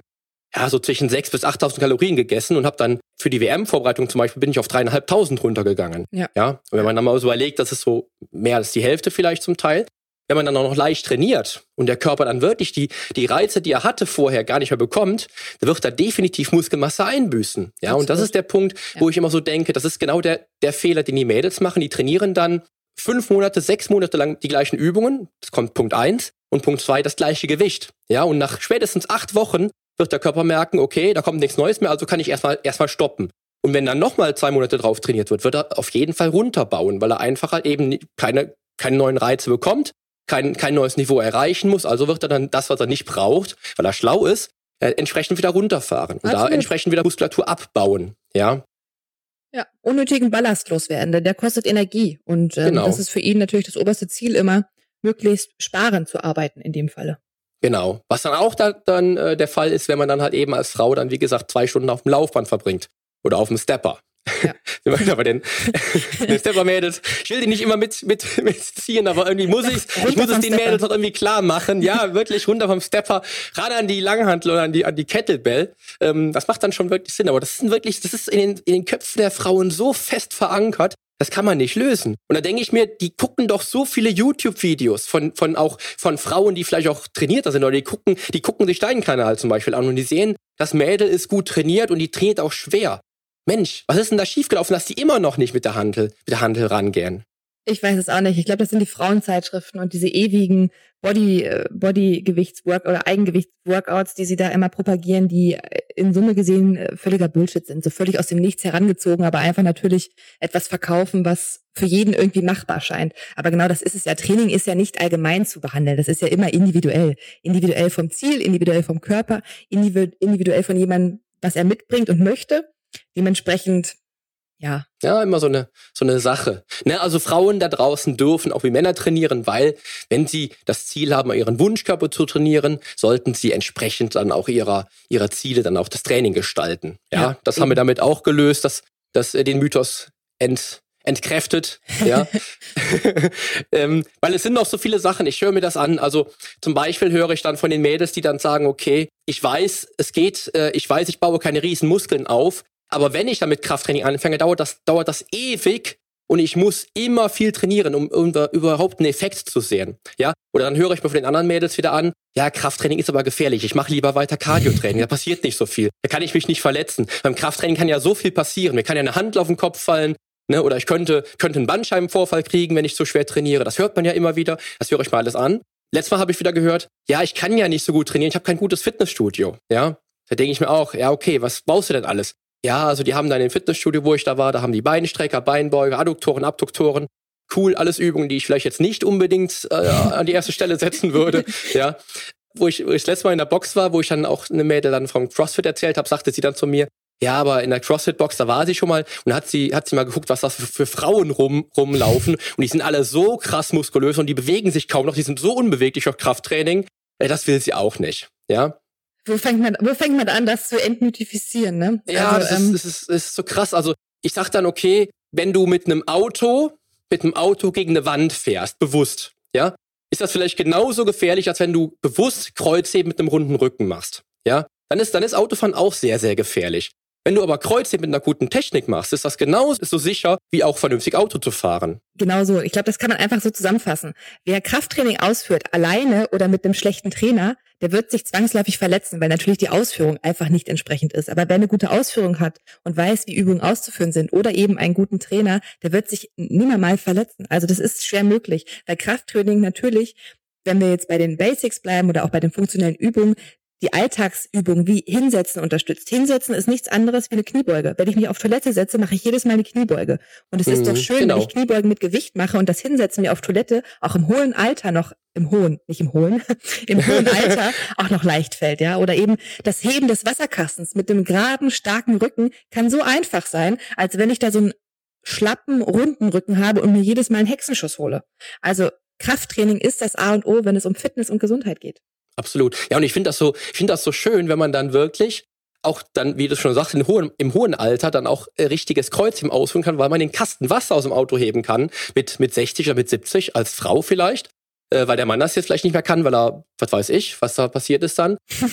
[SPEAKER 1] ja, so zwischen 6.000 bis 8.000 Kalorien gegessen und habe dann für die WM-Vorbereitung zum Beispiel bin ich auf 3.500 runtergegangen. Ja. Und wenn man dann mal so überlegt, das ist so mehr als die Hälfte vielleicht zum Teil. Wenn man dann auch noch leicht trainiert und der Körper dann wirklich die Reize, die er hatte vorher, gar nicht mehr bekommt, dann wird er definitiv Muskelmasse einbüßen. Ja, und das ist der Punkt, wo ich immer so denke, das ist genau der Fehler, den die Mädels machen. Die trainieren dann 5 Monate, 6 Monate lang die gleichen Übungen. Das kommt Punkt 1. Und Punkt 2, das gleiche Gewicht. Ja, und nach spätestens 8 Wochen wird der Körper merken, okay, da kommt nichts Neues mehr, also kann ich erstmal stoppen. Und wenn dann nochmal 2 Monate drauf trainiert wird er auf jeden Fall runterbauen, weil er einfach halt eben keine neuen Reize bekommt, kein neues Niveau erreichen muss. Also wird er dann das, was er nicht braucht, weil er schlau ist, entsprechend wieder runterfahren. Und da entsprechend wieder Muskulatur abbauen. Ja.
[SPEAKER 3] Ja, unnötigen Ballast loswerden, denn der kostet Energie. Und das ist für ihn natürlich das oberste Ziel immer, möglichst sparend zu arbeiten in dem Falle.
[SPEAKER 1] Genau. Was dann auch dann der Fall ist, wenn man dann halt eben als Frau dann, wie gesagt, 2 Stunden auf dem Laufband verbringt. Oder auf dem Stepper. Ja. Aber den Stepper-Mädels, ich will die nicht immer mitziehen, aber irgendwie muss ich es den Mädels auch irgendwie klar machen. Ja, wirklich runter vom Stepper, gerade an die Langhantel oder an die Kettlebell. Das macht dann schon wirklich Sinn. Aber das ist in den Köpfen der Frauen so fest verankert, das kann man nicht lösen. Und da denke ich mir, die gucken doch so viele YouTube-Videos von Frauen, die vielleicht auch trainierter sind, oder die gucken sich deinen Kanal zum Beispiel an und die sehen, das Mädel ist gut trainiert und die trainiert auch schwer. Mensch, was ist denn da schiefgelaufen, dass die immer noch nicht mit der Hantel rangehen?
[SPEAKER 3] Ich weiß es auch nicht. Ich glaube, das sind die Frauenzeitschriften und diese ewigen Body-Gewichtswork- oder Eigengewichtsworkouts, die sie da immer propagieren, die in Summe gesehen völliger Bullshit sind. So völlig aus dem Nichts herangezogen, aber einfach natürlich etwas verkaufen, was für jeden irgendwie machbar scheint. Aber genau das ist es ja. Training ist ja nicht allgemein zu behandeln. Das ist ja immer individuell. Individuell vom Ziel, individuell vom Körper, individuell von jemandem, was er mitbringt und möchte. Dementsprechend, ja.
[SPEAKER 1] Ja, immer so eine Sache. Ne, also Frauen da draußen dürfen auch wie Männer trainieren, weil wenn sie das Ziel haben, ihren Wunschkörper zu trainieren, sollten sie entsprechend dann auch ihrer Ziele dann auch das Training gestalten. Ja, das eben. Haben wir damit auch gelöst, dass den Mythos entkräftet, ja. Weil es sind noch so viele Sachen, ich höre mir das an, also zum Beispiel höre ich dann von den Mädels, die dann sagen, okay, ich weiß, ich baue keine riesen Muskeln auf, aber wenn ich dann mit Krafttraining anfange, dauert das ewig und ich muss immer viel trainieren, um überhaupt einen Effekt zu sehen. Ja? Oder dann höre ich mir von den anderen Mädels wieder an, ja, Krafttraining ist aber gefährlich, ich mache lieber weiter Cardio-Training, da passiert nicht so viel, da kann ich mich nicht verletzen. Beim Krafttraining kann ja so viel passieren, mir kann ja eine Handel auf den Kopf fallen, ne? Oder ich könnte einen Bandscheibenvorfall kriegen, wenn ich so schwer trainiere. Das hört man ja immer wieder, das höre ich mal alles an. Letztes Mal habe ich wieder gehört, ja, ich kann ja nicht so gut trainieren, ich habe kein gutes Fitnessstudio. Ja? Da denke ich mir auch, ja, okay, was brauchst du denn alles? Ja, also die haben dann im Fitnessstudio, wo ich da war, da haben die Beinstrecker, Beinbeuger, Adduktoren, Abduktoren. Cool, alles Übungen, die ich vielleicht jetzt nicht unbedingt an die erste Stelle setzen würde. Ja, wo ich das letzte Mal in der Box war, wo ich dann auch eine Mädel dann vom CrossFit erzählt habe, sagte sie dann zu mir, ja, aber in der CrossFit-Box, da war sie schon mal und hat sie mal geguckt, was das für Frauen rumlaufen und die sind alle so krass muskulös und die bewegen sich kaum noch, die sind so unbeweglich durch Krafttraining, das will sie auch nicht, ja.
[SPEAKER 3] Wo fängt man an, das zu entmythifizieren, ne?
[SPEAKER 1] Ja, also, das ist so krass. Also ich sag dann, okay, wenn du mit einem Auto gegen eine Wand fährst, bewusst, ja, ist das vielleicht genauso gefährlich, als wenn du bewusst Kreuzheben mit einem runden Rücken machst, ja? Dann ist Autofahren auch sehr, sehr gefährlich. Wenn du aber Kreuzheben mit einer guten Technik machst, ist das genauso sicher, wie auch vernünftig Auto zu fahren.
[SPEAKER 3] Genauso. Ich glaube, das kann man einfach so zusammenfassen. Wer Krafttraining ausführt, alleine oder mit einem schlechten Trainer, der wird sich zwangsläufig verletzen, weil natürlich die Ausführung einfach nicht entsprechend ist. Aber wer eine gute Ausführung hat und weiß, wie Übungen auszuführen sind oder eben einen guten Trainer, der wird sich nimmer mal verletzen. Also das ist schwer möglich, weil Krafttraining natürlich, wenn wir jetzt bei den Basics bleiben oder auch bei den funktionellen Übungen, die Alltagsübung wie Hinsetzen unterstützt. Hinsetzen ist nichts anderes wie eine Kniebeuge. Wenn ich mich auf Toilette setze, mache ich jedes Mal eine Kniebeuge. Und es ist doch schön, genau, wenn ich Kniebeugen mit Gewicht mache und das Hinsetzen mir auf Toilette auch im hohen Alter noch, im hohen Alter auch noch leicht fällt, ja. Oder eben das Heben des Wasserkastens mit dem geraden, starken Rücken kann so einfach sein, als wenn ich da so einen schlappen, runden Rücken habe und mir jedes Mal einen Hexenschuss hole. Also Krafttraining ist das A und O, wenn es um Fitness und Gesundheit geht.
[SPEAKER 1] Absolut. Ja, und ich finde das so schön, wenn man dann wirklich auch dann, wie du schon sagst, im hohen Alter dann auch richtiges Kreuzheben ausführen kann, weil man den Kasten Wasser aus dem Auto heben kann, mit 60 oder mit 70, als Frau vielleicht, weil der Mann das jetzt vielleicht nicht mehr kann, weil er, was weiß ich, was da passiert ist dann.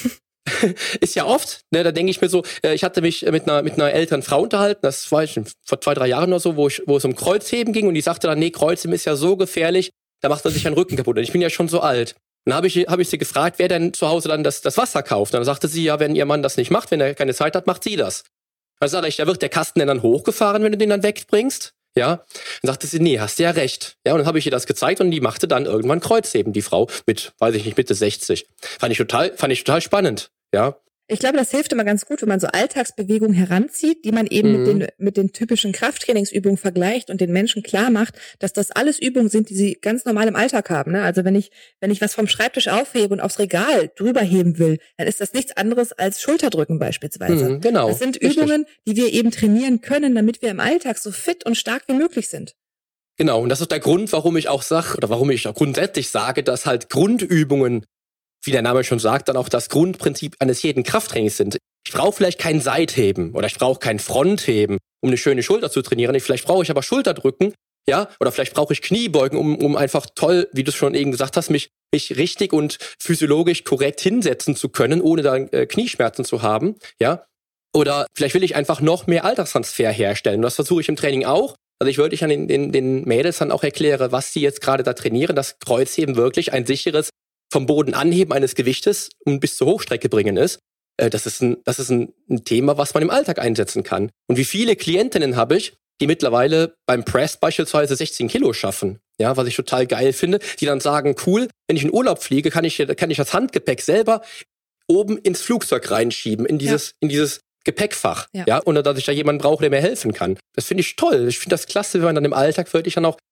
[SPEAKER 1] ist ja oft, ne, da denke ich mir so, ich hatte mich mit einer älteren Frau unterhalten, das war vor 2-3 Jahren oder so, wo es um Kreuzheben ging und die sagte dann, nee, Kreuzheben ist ja so gefährlich, da macht er sich einen Rücken kaputt. Und ich bin ja schon so alt. Und dann habe ich sie gefragt, wer denn zu Hause dann das Wasser kauft. Und dann sagte sie, ja, wenn ihr Mann das nicht macht, wenn er keine Zeit hat, macht sie das. Dann sage ich, da wird der Kasten denn dann hochgefahren, wenn du den dann wegbringst? Ja. Dann sagte sie, nee, hast du ja recht. Ja, und dann habe ich ihr das gezeigt und die machte dann irgendwann Kreuzheben, die Frau mit, weiß ich nicht, Mitte 60. Fand ich total spannend. Ja.
[SPEAKER 3] Ich glaube, das hilft immer ganz gut, wenn man so Alltagsbewegungen heranzieht, die man eben mit den typischen Krafttrainingsübungen vergleicht und den Menschen klar macht, dass das alles Übungen sind, die sie ganz normal im Alltag haben. Ne? Also wenn ich was vom Schreibtisch aufhebe und aufs Regal drüber heben will, dann ist das nichts anderes als Schulterdrücken beispielsweise.
[SPEAKER 1] Genau.
[SPEAKER 3] Das sind Übungen, die wir eben trainieren können, damit wir im Alltag so fit und stark wie möglich sind.
[SPEAKER 1] Genau, und das ist der Grund, warum ich auch grundsätzlich sage, dass halt Grundübungen, wie der Name schon sagt, dann auch das Grundprinzip eines jeden Krafttrainings sind. Ich brauche vielleicht kein Seitheben oder ich brauche kein Frontheben, um eine schöne Schulter zu trainieren. Vielleicht brauche ich aber Schulterdrücken, ja, oder vielleicht brauche ich Kniebeugen, um einfach toll, wie du schon eben gesagt hast, mich richtig und physiologisch korrekt hinsetzen zu können, ohne dann Knieschmerzen zu haben, ja. Oder vielleicht will ich einfach noch mehr Alltagstransfer herstellen. Und das versuche ich im Training auch. Also ich würde an den Mädels dann auch erklären, was sie jetzt gerade da trainieren, dass Kreuzheben wirklich ein sicheres vom Boden anheben eines Gewichtes und bis zur Hochstrecke bringen ist. Das ist ein Thema, was man im Alltag einsetzen kann. Und wie viele Klientinnen habe ich, die mittlerweile beim Press beispielsweise 16 Kilo schaffen, ja, was ich total geil finde, die dann sagen, cool, wenn ich in Urlaub fliege, kann ich das Handgepäck selber oben ins Flugzeug reinschieben, in dieses Gepäckfach, ja, ohne dass ich da jemanden brauche, der mir helfen kann. Das finde ich toll. Ich finde das klasse, wenn man dann im Alltag wirklich dann auch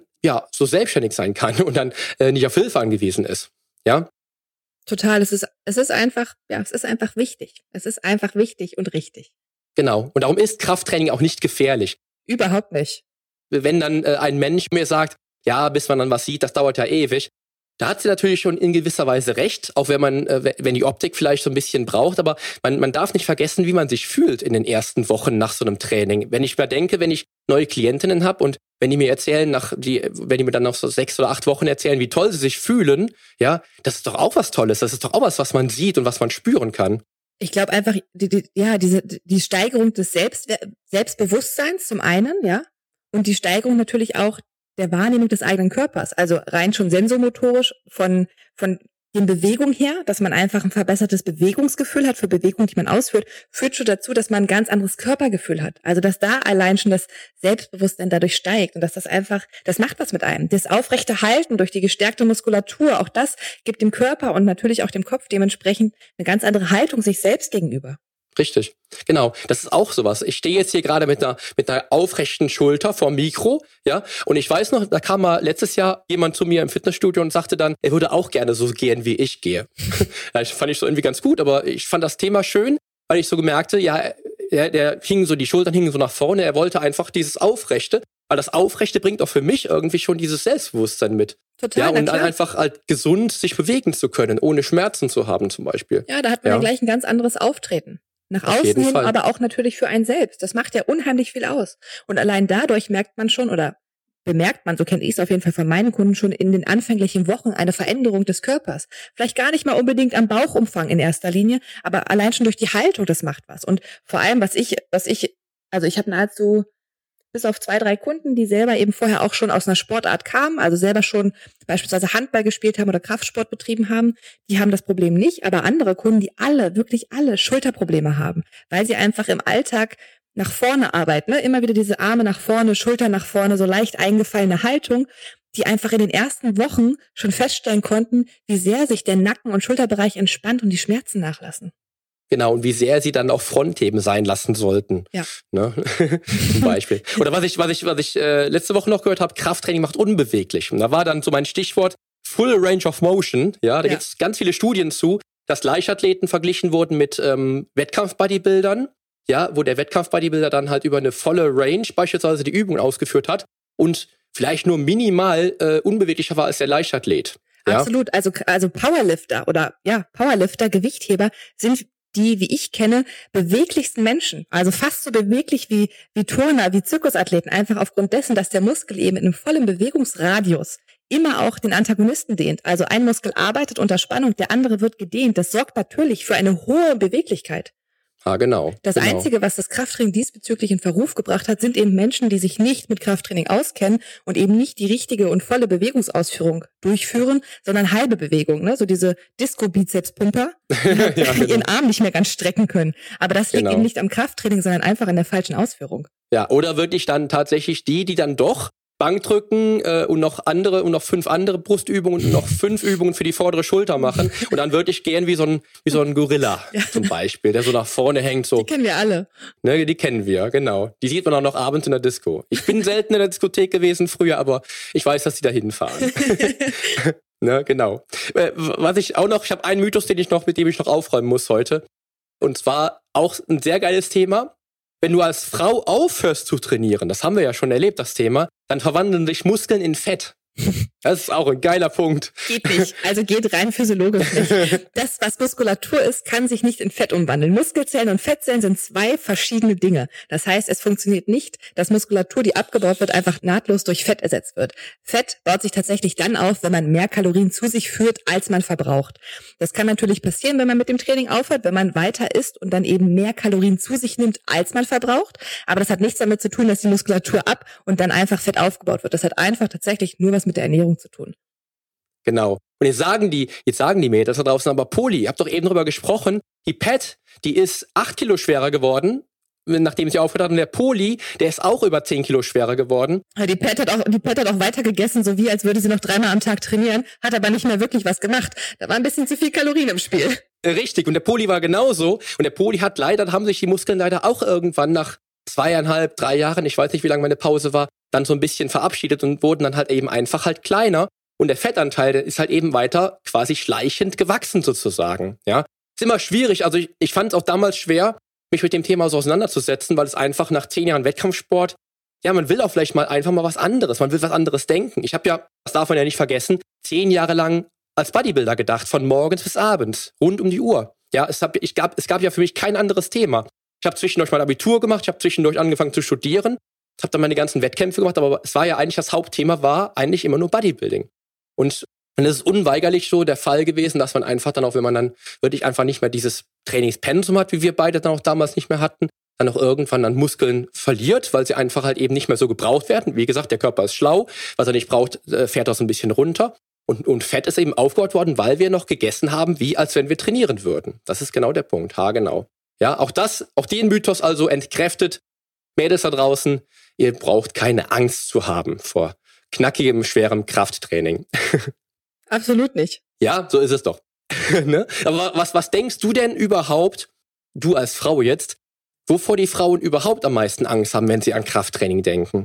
[SPEAKER 1] so selbstständig sein kann und dann nicht auf Hilfe angewiesen ist. Ja?
[SPEAKER 3] Total. Es ist einfach wichtig. Es ist einfach wichtig und richtig.
[SPEAKER 1] Genau. Und darum ist Krafttraining auch nicht gefährlich.
[SPEAKER 3] Überhaupt nicht.
[SPEAKER 1] Wenn dann ein Mensch mir sagt, ja, bis man dann was sieht, das dauert ja ewig, da hat sie natürlich schon in gewisser Weise recht, auch wenn die Optik vielleicht so ein bisschen braucht, aber man darf nicht vergessen, wie man sich fühlt in den ersten Wochen nach so einem Training. Wenn ich mir denke, wenn ich neue Klientinnen habe und wenn die mir erzählen, wenn die mir dann noch so 6 oder 8 Wochen erzählen, wie toll sie sich fühlen, ja, das ist doch auch was Tolles, das ist doch auch was man sieht und was man spüren kann.
[SPEAKER 3] Ich glaube einfach, die Steigerung des Selbstbewusstseins zum einen, ja, und die Steigerung natürlich auch der Wahrnehmung des eigenen Körpers, also rein schon sensomotorisch von den Bewegungen her, dass man einfach ein verbessertes Bewegungsgefühl hat für Bewegungen, die man ausführt, führt schon dazu, dass man ein ganz anderes Körpergefühl hat. Also dass da allein schon das Selbstbewusstsein dadurch steigt und dass das macht was mit einem. Das aufrechte Halten durch die gestärkte Muskulatur, auch das gibt dem Körper und natürlich auch dem Kopf dementsprechend eine ganz andere Haltung sich selbst gegenüber.
[SPEAKER 1] Richtig, genau. Das ist auch sowas. Ich stehe jetzt hier gerade mit einer aufrechten Schulter vorm Mikro, ja. Und ich weiß noch, da kam mal letztes Jahr jemand zu mir im Fitnessstudio und sagte dann, er würde auch gerne so gehen, wie ich gehe. Das fand ich so irgendwie ganz gut, aber ich fand das Thema schön, weil ich so gemerkte, ja, die Schultern hingen so nach vorne. Er wollte einfach dieses Aufrechte, weil das Aufrechte bringt auch für mich irgendwie schon dieses Selbstbewusstsein mit.
[SPEAKER 3] Total,
[SPEAKER 1] ja, und dann einfach halt gesund sich bewegen zu können, ohne Schmerzen zu haben zum Beispiel.
[SPEAKER 3] Ja, da hat man ja gleich ein ganz anderes Auftreten. Nach außen hin, aber auch natürlich für einen selbst. Das macht ja unheimlich viel aus. Und allein dadurch merkt man schon oder bemerkt man, so kenne ich es auf jeden Fall von meinen Kunden schon in den anfänglichen Wochen, eine Veränderung des Körpers. Vielleicht gar nicht mal unbedingt am Bauchumfang in erster Linie, aber allein schon durch die Haltung, das macht was. Und vor allem, ich habe nahezu bis auf 2, 3 Kunden, die selber eben vorher auch schon aus einer Sportart kamen, also selber schon beispielsweise Handball gespielt haben oder Kraftsport betrieben haben, die haben das Problem nicht, aber andere Kunden, die wirklich alle Schulterprobleme haben, weil sie einfach im Alltag nach vorne arbeiten, ne? Immer wieder diese Arme nach vorne, Schultern nach vorne, so leicht eingefallene Haltung, die einfach in den ersten Wochen schon feststellen konnten, wie sehr sich der Nacken- und Schulterbereich entspannt und die Schmerzen nachlassen.
[SPEAKER 1] Genau, und wie sehr sie dann auch Frontheben sein lassen sollten.
[SPEAKER 3] Ja.
[SPEAKER 1] Ne? Zum Beispiel. Oder was ich letzte Woche noch gehört habe, Krafttraining macht unbeweglich. Und da war dann so mein Stichwort Full Range of Motion. Ja, da gibt es ganz viele Studien zu, dass Leichtathleten verglichen wurden mit Wettkampf-Bodybuildern. Ja, wo der Wettkampf-Bodybuilder dann halt über eine volle Range beispielsweise die Übungen ausgeführt hat und vielleicht nur minimal unbeweglicher war als der Leichtathlet. Ja?
[SPEAKER 3] Absolut. Also Powerlifter Powerlifter, Gewichtheber sind die, wie ich kenne, beweglichsten Menschen. Also fast so beweglich wie Turner, wie Zirkusathleten. Einfach aufgrund dessen, dass der Muskel eben in einem vollen Bewegungsradius immer auch den Antagonisten dehnt. Also ein Muskel arbeitet unter Spannung, der andere wird gedehnt. Das sorgt natürlich für eine hohe Beweglichkeit.
[SPEAKER 1] Ah, genau.
[SPEAKER 3] Das Einzige, was das Krafttraining diesbezüglich in Verruf gebracht hat, sind eben Menschen, die sich nicht mit Krafttraining auskennen und eben nicht die richtige und volle Bewegungsausführung durchführen, sondern halbe Bewegung, ne? So diese Disco-Bizeps-Pumper, die ihren Arm nicht mehr ganz strecken können. Aber das liegt eben nicht am Krafttraining, sondern einfach an der falschen Ausführung.
[SPEAKER 1] Ja, oder wirklich dann tatsächlich die dann doch Bankdrücken und noch 5 andere Brustübungen und noch 5 Übungen für die vordere Schulter machen und dann wirklich gehen wie so ein Gorilla zum Beispiel, der so nach vorne hängt. So.
[SPEAKER 3] Die kennen wir alle.
[SPEAKER 1] Ne, die kennen wir, genau. Die sieht man auch noch abends in der Disco. Ich bin selten in der Diskothek gewesen früher, aber ich weiß, dass die da hinfahren. Ne, genau. Ich habe einen Mythos, mit dem ich noch aufräumen muss heute. Und zwar auch ein sehr geiles Thema. Wenn du als Frau aufhörst zu trainieren, das haben wir ja schon erlebt, das Thema, dann verwandeln sich Muskeln in Fett. Das ist auch ein geiler Punkt.
[SPEAKER 3] Geht nicht. Also geht rein physiologisch nicht. Das, was Muskulatur ist, kann sich nicht in Fett umwandeln. Muskelzellen und Fettzellen sind 2 verschiedene Dinge. Das heißt, es funktioniert nicht, dass Muskulatur, die abgebaut wird, einfach nahtlos durch Fett ersetzt wird. Fett baut sich tatsächlich dann auf, wenn man mehr Kalorien zu sich führt, als man verbraucht. Das kann natürlich passieren, wenn man mit dem Training aufhört, wenn man weiter isst und dann eben mehr Kalorien zu sich nimmt, als man verbraucht. Aber das hat nichts damit zu tun, dass die Muskulatur ab und dann einfach Fett aufgebaut wird. Das hat einfach tatsächlich nur was mit der Ernährung zu tun.
[SPEAKER 1] Genau. Und jetzt sagen die Mädels da draußen, aber Poli, ihr habt doch eben drüber gesprochen, die Pat, die ist 8 Kilo schwerer geworden, nachdem sie aufgehört hat, und der Poli, der ist auch über 10 Kilo schwerer geworden.
[SPEAKER 3] Ja, die Pat hat auch weiter gegessen, so wie als würde sie noch 3-mal am Tag trainieren, hat aber nicht mehr wirklich was gemacht. Da war ein bisschen zu viel Kalorien im Spiel.
[SPEAKER 1] Richtig, und der Poli war genauso. Und der Poli haben sich die Muskeln leider auch irgendwann nach 2,5, 3 Jahren, ich weiß nicht, wie lange meine Pause war, dann so ein bisschen verabschiedet und wurden dann halt eben einfach halt kleiner. Und der Fettanteil, der ist halt eben weiter quasi schleichend gewachsen sozusagen. Ja, ist immer schwierig. Also ich fand es auch damals schwer, mich mit dem Thema so auseinanderzusetzen, weil es einfach nach 10 Jahren Wettkampfsport, ja, man will auch vielleicht einfach mal was anderes. Man will was anderes denken. Ich habe ja, das darf man ja nicht vergessen, 10 Jahre lang als Bodybuilder gedacht, von morgens bis abends, rund um die Uhr. Ja, es gab ja für mich kein anderes Thema. Ich habe zwischendurch mein Abitur gemacht, ich habe zwischendurch angefangen zu studieren, habe dann meine ganzen Wettkämpfe gemacht, aber es war ja eigentlich, das Hauptthema war eigentlich immer nur Bodybuilding. Und es ist unweigerlich so der Fall gewesen, dass man einfach dann auch, wenn man dann wirklich einfach nicht mehr dieses Trainingspensum hat, wie wir beide dann auch damals nicht mehr hatten, dann auch irgendwann an Muskeln verliert, weil sie einfach halt eben nicht mehr so gebraucht werden. Wie gesagt, der Körper ist schlau, was er nicht braucht, fährt das ein bisschen runter. Und Fett ist eben aufgebaut worden, weil wir noch gegessen haben, wie als wenn wir trainieren würden. Das ist genau der Punkt, genau. Ja, auch den Mythos also entkräftet. Mädels da draußen, ihr braucht keine Angst zu haben vor knackigem, schwerem Krafttraining.
[SPEAKER 3] Absolut nicht.
[SPEAKER 1] Ja, so ist es doch. Ne? Aber was denkst du denn überhaupt, du als Frau jetzt, wovor die Frauen überhaupt am meisten Angst haben, wenn sie an Krafttraining denken?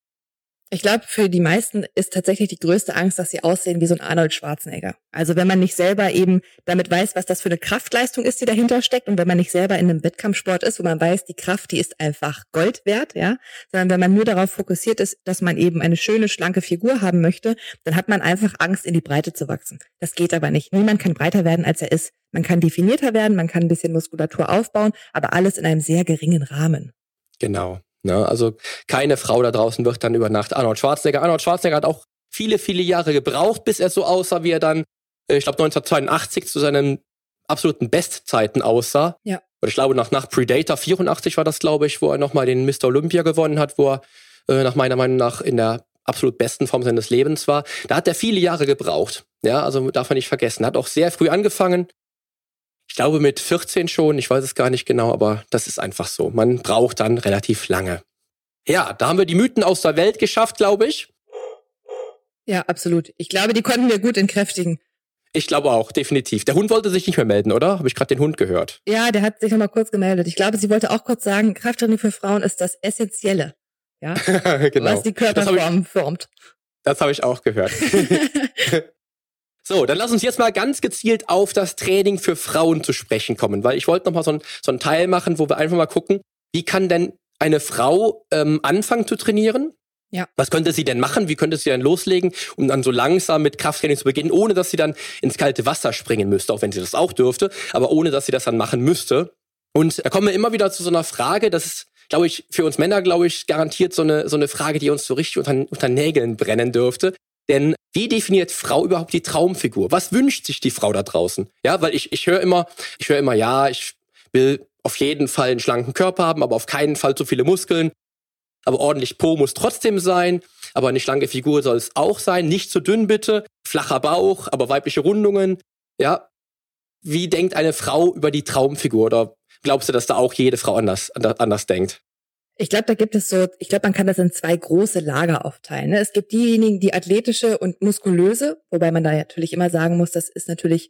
[SPEAKER 3] Ich glaube, für die meisten ist tatsächlich die größte Angst, dass sie aussehen wie so ein Arnold Schwarzenegger. Also wenn man nicht selber eben damit weiß, was das für eine Kraftleistung ist, die dahinter steckt, und wenn man nicht selber in einem Wettkampfsport ist, wo man weiß, die Kraft, die ist einfach Gold wert, ja, sondern wenn man nur darauf fokussiert ist, dass man eben eine schöne, schlanke Figur haben möchte, dann hat man einfach Angst, in die Breite zu wachsen. Das geht aber nicht. Niemand kann breiter werden, als er ist. Man kann definierter werden, man kann ein bisschen Muskulatur aufbauen, aber alles in einem sehr geringen Rahmen.
[SPEAKER 1] Genau. Ne, also keine Frau da draußen wird dann über Nacht Arnold Schwarzenegger. Arnold Schwarzenegger hat auch viele, viele Jahre gebraucht, bis er so aussah, wie er dann, ich glaube 1982 zu seinen absoluten Bestzeiten aussah.
[SPEAKER 3] Ja.
[SPEAKER 1] Oder ich glaube nach Predator 84 war das, glaube ich, wo er nochmal den Mr. Olympia gewonnen hat, wo er nach meiner Meinung nach in der absolut besten Form seines Lebens war. Da hat er viele Jahre gebraucht. Ja, also darf man nicht vergessen. Hat auch sehr früh angefangen. Ich glaube mit 14 schon, ich weiß es gar nicht genau, aber das ist einfach so. Man braucht dann relativ lange. Ja, da haben wir die Mythen aus der Welt geschafft, glaube ich.
[SPEAKER 3] Ja, absolut. Ich glaube, die konnten wir gut entkräftigen.
[SPEAKER 1] Ich glaube auch, definitiv. Der Hund wollte sich nicht mehr melden, oder? Habe ich gerade den Hund gehört?
[SPEAKER 3] Ja, der hat sich nochmal kurz gemeldet. Ich glaube, sie wollte auch kurz sagen, Krafttraining für Frauen ist das Essentielle. Ja,
[SPEAKER 1] genau.
[SPEAKER 3] Was die Körperform formt.
[SPEAKER 1] Das habe ich auch gehört. So, dann lass uns jetzt mal ganz gezielt auf das Training für Frauen zu sprechen kommen, weil ich wollte noch mal so einen Teil machen, wo wir einfach mal gucken, wie kann denn eine Frau anfangen zu trainieren?
[SPEAKER 3] Ja.
[SPEAKER 1] Was könnte sie denn machen? Wie könnte sie denn loslegen, um dann so langsam mit Krafttraining zu beginnen, ohne dass sie dann ins kalte Wasser springen müsste, auch wenn sie das auch dürfte, aber ohne dass sie das dann machen müsste. Und da kommen wir immer wieder zu so einer Frage, das ist, glaube ich, für uns Männer, garantiert so eine Frage, die uns so richtig unter Nägeln brennen dürfte. Denn wie definiert Frau überhaupt die Traumfigur? Was wünscht sich die Frau da draußen? Ja, weil ich höre immer, ja, ich will auf jeden Fall einen schlanken Körper haben, aber auf keinen Fall zu viele Muskeln. Aber ordentlich Po muss trotzdem sein. Aber eine schlanke Figur soll es auch sein. Nicht zu dünn bitte. Flacher Bauch, aber weibliche Rundungen. Ja. Wie denkt eine Frau über die Traumfigur? Oder glaubst du, dass da auch jede Frau anders denkt?
[SPEAKER 3] Ich glaube, man kann das in 2 große Lager aufteilen. Ne? Es gibt diejenigen, die athletische und muskulöse, wobei man da natürlich immer sagen muss, das ist natürlich.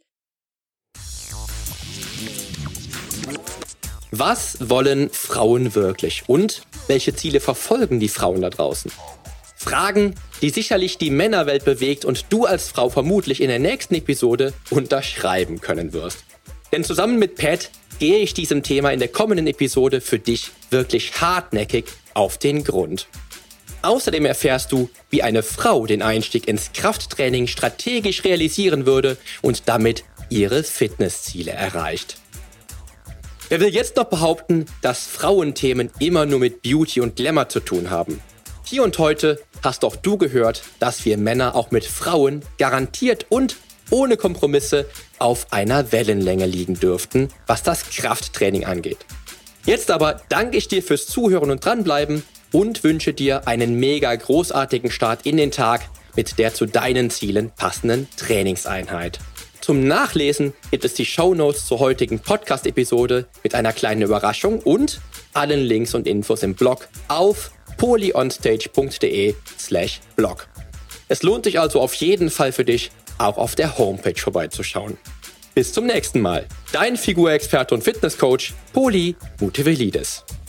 [SPEAKER 1] Was wollen Frauen wirklich? Und welche Ziele verfolgen die Frauen da draußen? Fragen, die sicherlich die Männerwelt bewegt und du als Frau vermutlich in der nächsten Episode unterschreiben können wirst. Denn zusammen mit Pat gehe ich diesem Thema in der kommenden Episode für dich wirklich hartnäckig auf den Grund. Außerdem erfährst du, wie eine Frau den Einstieg ins Krafttraining strategisch realisieren würde und damit ihre Fitnessziele erreicht. Wer will jetzt noch behaupten, dass Frauenthemen immer nur mit Beauty und Glamour zu tun haben? Hier und heute hast auch du gehört, dass wir Männer auch mit Frauen garantiert und ohne Kompromisse auf einer Wellenlänge liegen dürften, was das Krafttraining angeht. Jetzt aber danke ich dir fürs Zuhören und Dranbleiben und wünsche dir einen mega großartigen Start in den Tag mit der zu deinen Zielen passenden Trainingseinheit. Zum Nachlesen gibt es die Shownotes zur heutigen Podcast-Episode mit einer kleinen Überraschung und allen Links und Infos im Blog auf polyonstage.de/blog. Es lohnt sich also auf jeden Fall für dich, auch auf der Homepage vorbeizuschauen. Bis zum nächsten Mal. Dein Figurexperte und Fitnesscoach Poly Mutevelidis.